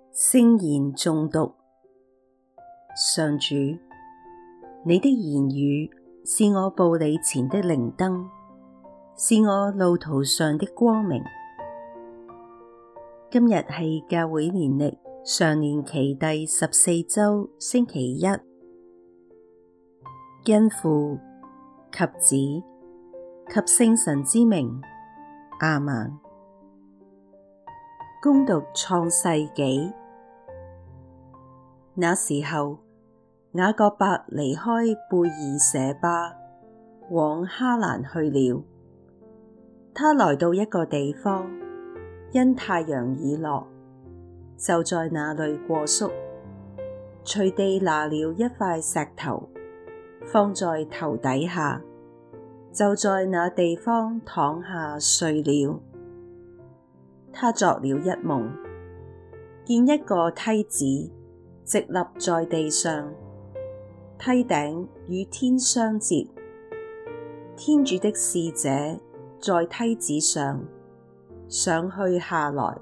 聖言誦讀。上主，你的言語是我步履前的靈燈，是我路途上的光明。今日係教會年曆常年期第14周星期一，因父及子及聖神之名，阿們。恭讀創世紀。那時候，雅各伯離開貝爾舍巴，往哈蘭去了。他來到一個地方，因太陽已落，就在那裏過宿，隨地拿了一塊石頭，放在頭底下，就在那地方躺下睡了。他作了一夢，見一個梯子直立在地上，梯頂與天相接，天主的使者在梯子上，上去下來。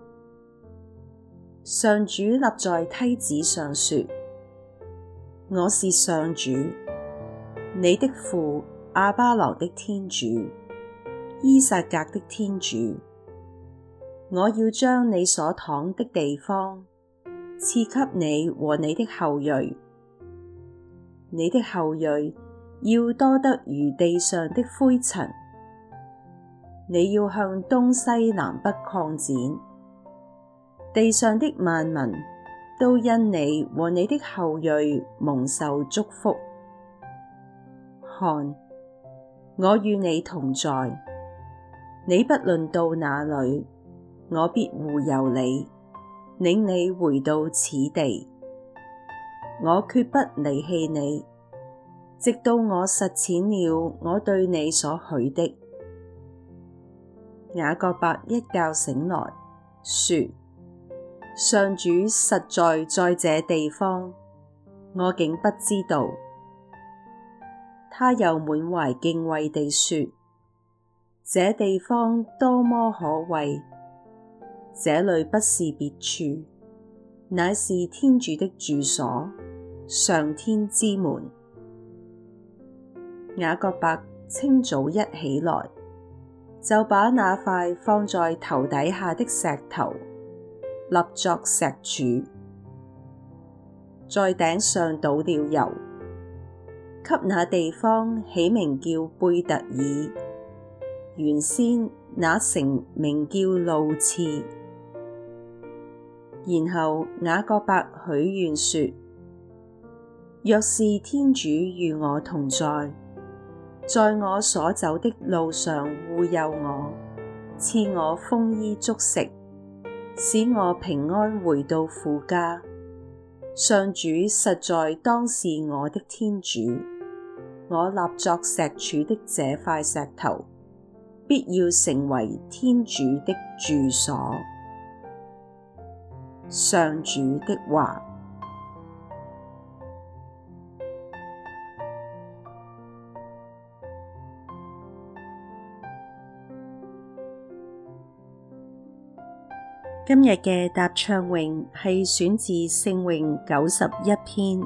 上主立在梯子上說：我是上主，你的父亞巴郎的天主，依撒格的天主。我要將你所躺的地方賜給你和你的後裔，你的後裔要多得如地上的灰塵。你要向東西南北擴展，地上的萬民都因你和你的後裔蒙受祝福。看，我與你同在，你不論到哪裏，我必護佑你，領你回到此地。我決不離棄你，直到我實踐了我對你所許的。雅各伯一覺醒來，說：上主實在這地方，我竟不知道。他又滿懷敬畏地說：這地方多麼可畏！這裏不是別處，乃是天主的住所，上天之門。雅各伯清早一起來，就把那塊放在頭底下的石頭立作石柱，在頂上倒了油，給那地方起名叫貝特耳。原先那城名叫路次。然後雅各伯許願說：若是天主與我同在，在我所走的路上護佑我，賜我豐衣足食，使我平安回到父家，上主實在當是我的天主。我立作石柱的這塊石頭，必要成為天主的住所。上主的話。今日嘅答唱詠係選自聖詠91篇。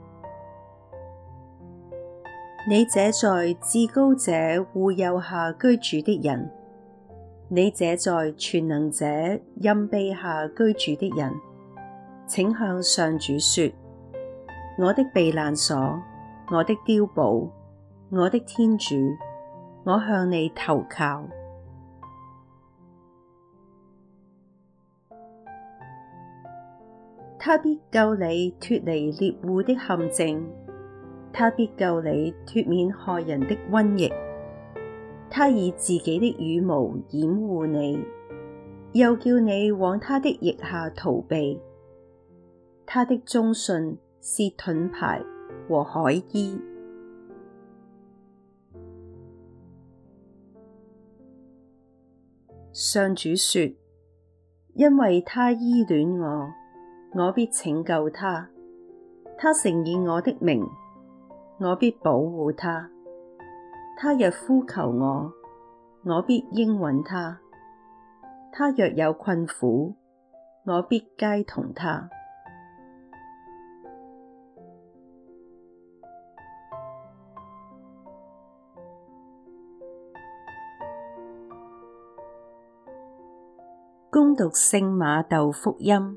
你這在至高者護佑下居住的人，你這在全能者蔭庇下居住的人，請向上主說：我的避難所，我的碉堡，我的天主，我向你投靠。他必救你脫離獵戶的陷阱，他必救你脫免害人的瘟疫。他以自己的羽毛掩護你，又叫你往他的翼下逃避。他的忠信是盾牌和鎧衣。上主說：因為他依戀我，我必拯救他。他承認我的名，我必保護他。他若呼求我，我必應允他。他若有困苦， 我必偕同他。恭讀聖瑪竇福音。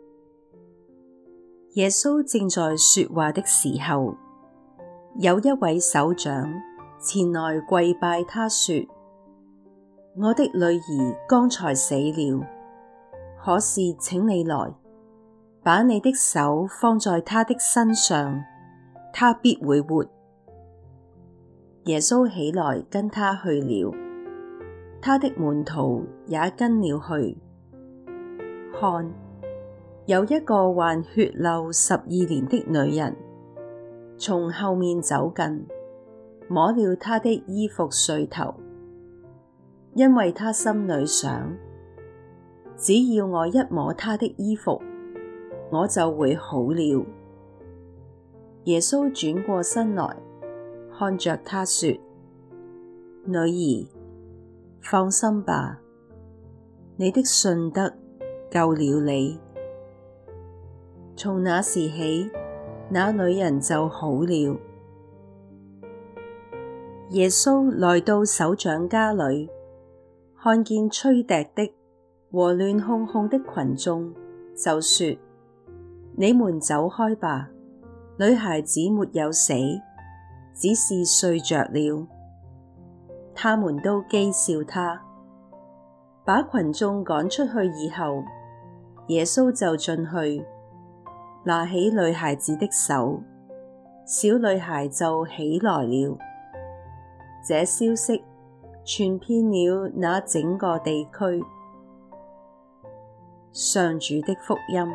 耶穌正在說話的時候，有一位首長前來跪拜他說：我的女兒剛才死了，可是請你來，把你的手放在她的身上，她必會活。耶穌起來跟他去了，他的門徒也跟了去。看，有一個患血漏12年的女人，從後面走近，摸了他的衣服繸頭，因為他心裏想：只要我一摸他的衣服，我就會好了。耶穌轉過身來，看着她說：女兒，放心吧，你的信德救了你。從那時起，那女人就好了。耶穌來到首長家裏，看見吹笛的和亂哄哄的群眾，就說：你們走開吧，女孩子沒有死，只是睡着了。他們都譏笑他。把群眾趕出去以後，耶穌就進去，拿起女孩子的手，小女孩就起來了。這消息傳遍了那整個地區。上主的福音。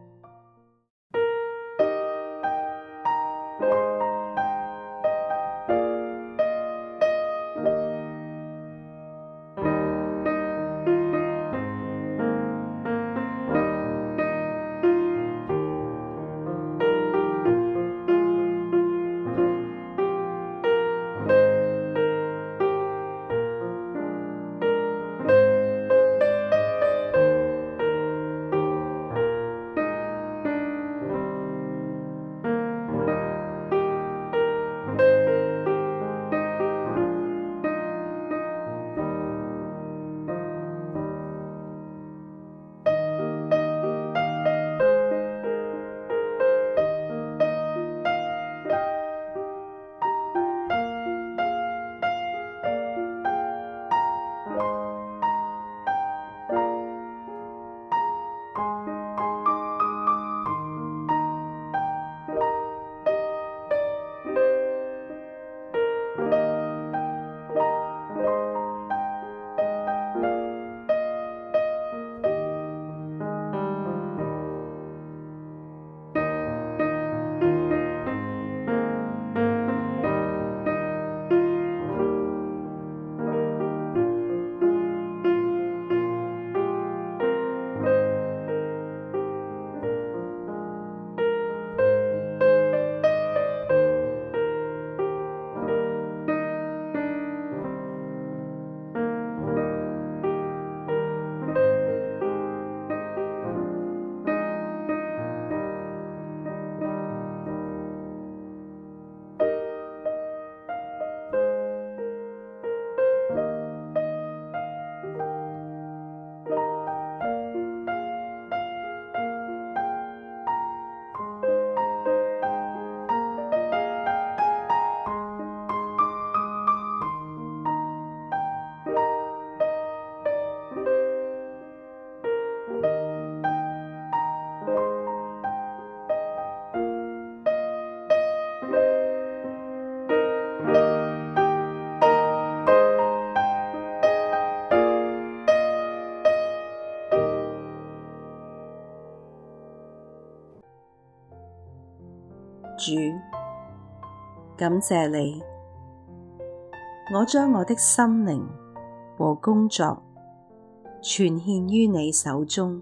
主，感謝你，我將我的心靈和工作全獻於你手中。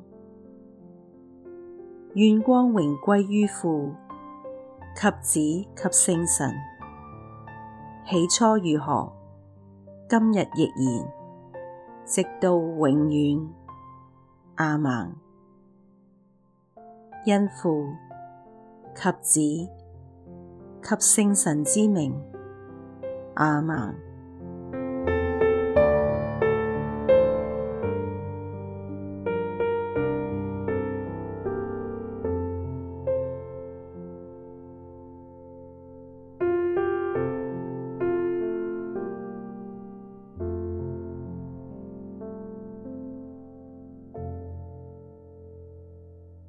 願光榮歸於父及子及聖神，起初如何，今日亦然，直到永遠。阿們。 因父及子及聖神之名，阿們。